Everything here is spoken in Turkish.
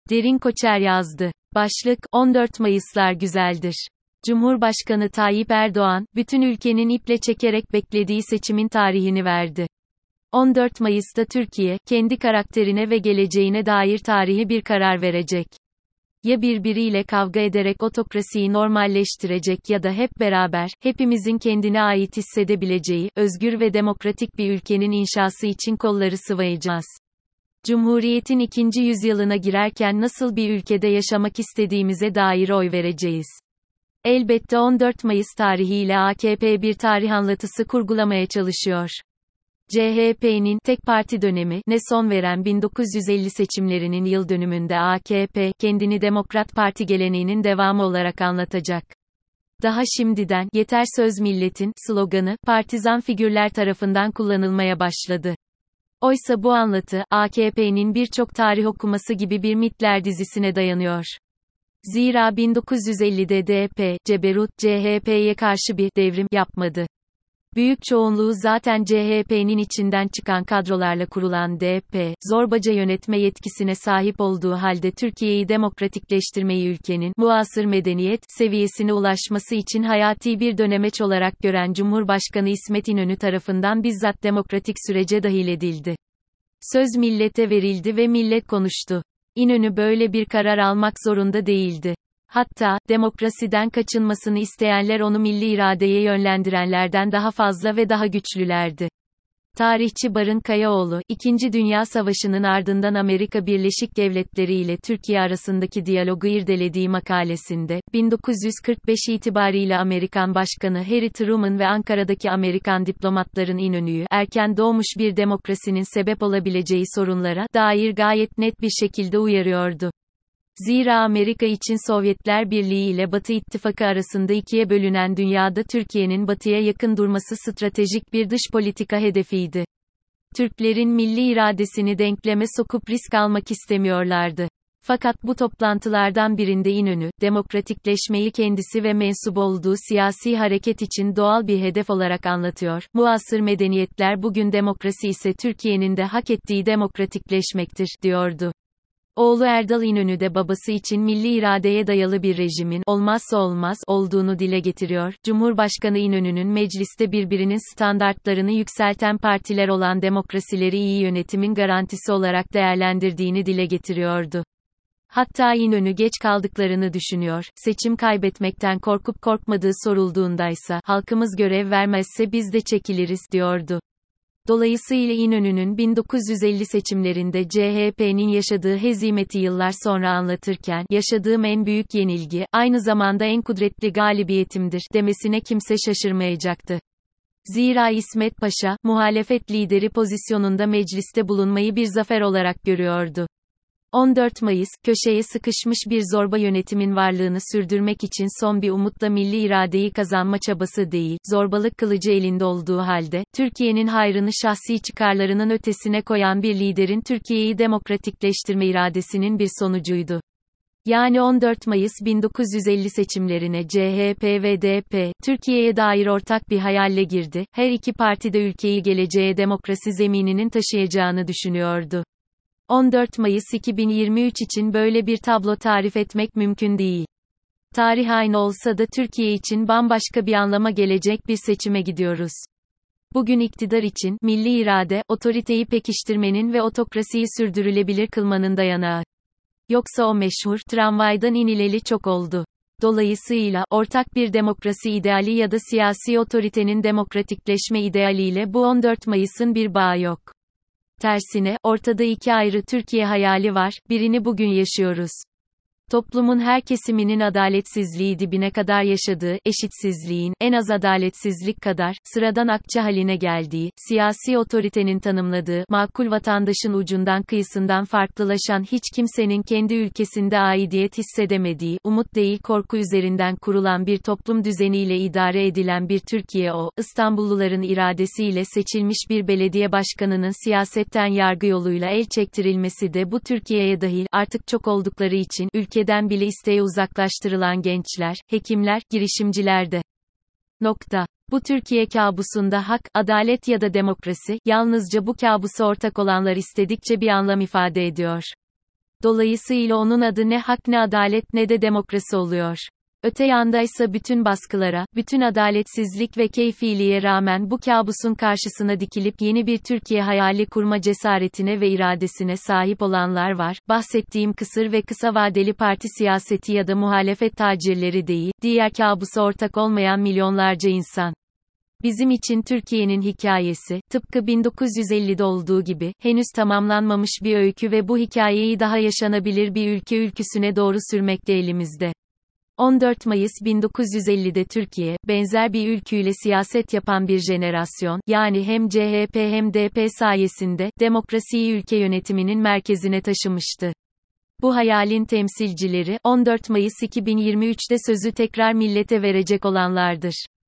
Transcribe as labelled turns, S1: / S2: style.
S1: Derin Koçer yazdı. Başlık, 14 Mayıslar güzeldir. Cumhurbaşkanı Tayyip Erdoğan, bütün ülkenin iple çekerek beklediği seçimin tarihini verdi. 14 Mayıs'ta Türkiye, kendi karakterine ve geleceğine dair tarihi bir karar verecek. Ya birbiriyle kavga ederek otokrasiyi normalleştirecek ya da hep beraber, hepimizin kendine ait hissedebileceği, özgür ve demokratik bir ülkenin inşası için kolları sıvayacağız. Cumhuriyetin 2. yüzyılına girerken nasıl bir ülkede yaşamak istediğimize dair oy vereceğiz. Elbette 14 Mayıs tarihiyle AKP bir tarih anlatısı kurgulamaya çalışıyor. CHP'nin tek parti dönemine son veren 1950 seçimlerinin yıl dönümünde AKP, kendini Demokrat Parti geleneğinin devamı olarak anlatacak. Daha şimdiden, "Yeter söz milletin" sloganı, partizan figürler tarafından kullanılmaya başladı. Oysa bu anlatı, AKP'nin birçok tarih okuması gibi bir mitler dizisine dayanıyor. Zira 1950'de DP, ceberut, CHP'ye karşı bir devrim yapmadı. Büyük çoğunluğu zaten CHP'nin içinden çıkan kadrolarla kurulan DP, zorbaca yönetme yetkisine sahip olduğu halde Türkiye'yi demokratikleştirmeyi ülkenin muasır medeniyet seviyesine ulaşması için hayati bir dönemeç olarak gören Cumhurbaşkanı İsmet İnönü tarafından bizzat demokratik sürece dahil edildi. Söz millete verildi ve millet konuştu. İnönü böyle bir karar almak zorunda değildi. Hatta, demokrasiden kaçınmasını isteyenler onu milli iradeye yönlendirenlerden daha fazla ve daha güçlülerdi. Tarihçi Barın Kayaoğlu, 2. Dünya Savaşı'nın ardından Amerika Birleşik Devletleri ile Türkiye arasındaki diyalogu irdelediği makalesinde, 1945 itibariyle Amerikan Başkanı Harry Truman ve Ankara'daki Amerikan diplomatların İnönü'yü, erken doğmuş bir demokrasinin sebep olabileceği sorunlara dair gayet net bir şekilde uyarıyordu. Zira Amerika için Sovyetler Birliği ile Batı İttifakı arasında ikiye bölünen dünyada Türkiye'nin Batı'ya yakın durması stratejik bir dış politika hedefiydi. Türklerin milli iradesini denkleme sokup risk almak istemiyorlardı. Fakat bu toplantılardan birinde İnönü, demokratikleşmeyi kendisi ve mensup olduğu siyasi hareket için doğal bir hedef olarak anlatıyor. Muasır medeniyetler bugün demokrasi ise Türkiye'nin de hak ettiği demokratikleşmektir, diyordu. Oğlu Erdal İnönü de babası için milli iradeye dayalı bir rejimin olmazsa olmaz olduğunu dile getiriyor. Cumhurbaşkanı İnönü'nün mecliste birbirinin standartlarını yükselten partiler olan demokrasileri iyi yönetimin garantisi olarak değerlendirdiğini dile getiriyordu. Hatta İnönü geç kaldıklarını düşünüyor, seçim kaybetmekten korkup korkmadığı sorulduğundaysa, halkımız görev vermezse biz de çekiliriz, diyordu. Dolayısıyla İnönü'nün 1950 seçimlerinde CHP'nin yaşadığı hezimeti yıllar sonra anlatırken, yaşadığım en büyük yenilgi, aynı zamanda en kudretli galibiyetimdir, demesine kimse şaşırmayacaktı. Zira İsmet Paşa, muhalefet lideri pozisyonunda mecliste bulunmayı bir zafer olarak görüyordu. 14 Mayıs, köşeye sıkışmış bir zorba yönetimin varlığını sürdürmek için son bir umutla milli iradeyi kazanma çabası değil, zorbalık kılıcı elinde olduğu halde, Türkiye'nin hayrını şahsi çıkarlarının ötesine koyan bir liderin Türkiye'yi demokratikleştirme iradesinin bir sonucuydu. Yani 14 Mayıs 1950 seçimlerine CHP ve DP, Türkiye'ye dair ortak bir hayalle girdi, her iki parti de ülkeyi geleceğe demokrasi zemininin taşıyacağını düşünüyordu. 14 Mayıs 2023 için böyle bir tablo tarif etmek mümkün değil. Tarih aynı olsa da Türkiye için bambaşka bir anlama gelecek bir seçime gidiyoruz. Bugün iktidar için, milli irade, otoriteyi pekiştirmenin ve otokrasiyi sürdürülebilir kılmanın dayanağı. Yoksa o meşhur, tramvaydan inileli çok oldu. Dolayısıyla, ortak bir demokrasi ideali ya da siyasi otoritenin demokratikleşme idealiyle bu 14 Mayıs'ın bir bağı yok. Tersine, ortada iki ayrı Türkiye hayali var, birini bugün yaşıyoruz. Toplumun her kesiminin adaletsizliği dibine kadar yaşadığı, eşitsizliğin, en az adaletsizlik kadar, sıradan akçe haline geldiği, siyasi otoritenin tanımladığı, makul vatandaşın ucundan kıyısından farklılaşan hiç kimsenin kendi ülkesinde aidiyet hissedemediği, umut değil korku üzerinden kurulan bir toplum düzeniyle idare edilen bir Türkiye o, İstanbulluların iradesiyle seçilmiş bir belediye başkanının siyasetten yargı yoluyla el çektirilmesi de bu Türkiye'ye dahil, artık çok oldukları için, ülkeden bile isteye uzaklaştırılan gençler, hekimler, girişimciler de. Bu Türkiye kabusunda hak, adalet ya da demokrasi, yalnızca bu kabusa ortak olanlar istedikçe bir anlam ifade ediyor. Dolayısıyla onun adı ne hak ne adalet ne de demokrasi oluyor. Öte yandaysa bütün baskılara, bütün adaletsizlik ve keyfiliğe rağmen bu kabusun karşısına dikilip yeni bir Türkiye hayali kurma cesaretine ve iradesine sahip olanlar var. Bahsettiğim kısır ve kısa vadeli parti siyaseti ya da muhalefet tacirleri değil, diğer kabusa ortak olmayan milyonlarca insan. Bizim için Türkiye'nin hikayesi, tıpkı 1950'de olduğu gibi, henüz tamamlanmamış bir öykü ve bu hikayeyi daha yaşanabilir bir ülke ülküsüne doğru sürmekte elimizde. 14 Mayıs 1950'de Türkiye, benzer bir ülküyle siyaset yapan bir jenerasyon, yani hem CHP hem DP sayesinde, demokrasiyi ülke yönetiminin merkezine taşımıştı. Bu hayalin temsilcileri, 14 Mayıs 2023'te sözü tekrar millete verecek olanlardır.